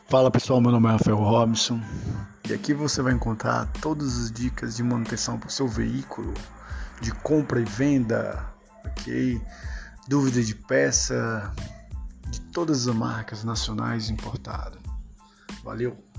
Fala pessoal, meu nome é Rafael Robson e aqui você vai encontrar todas as dicas de manutenção para o seu veículo, de compra e venda, ok? Dúvida de peça, de todas as marcas nacionais importadas. Valeu!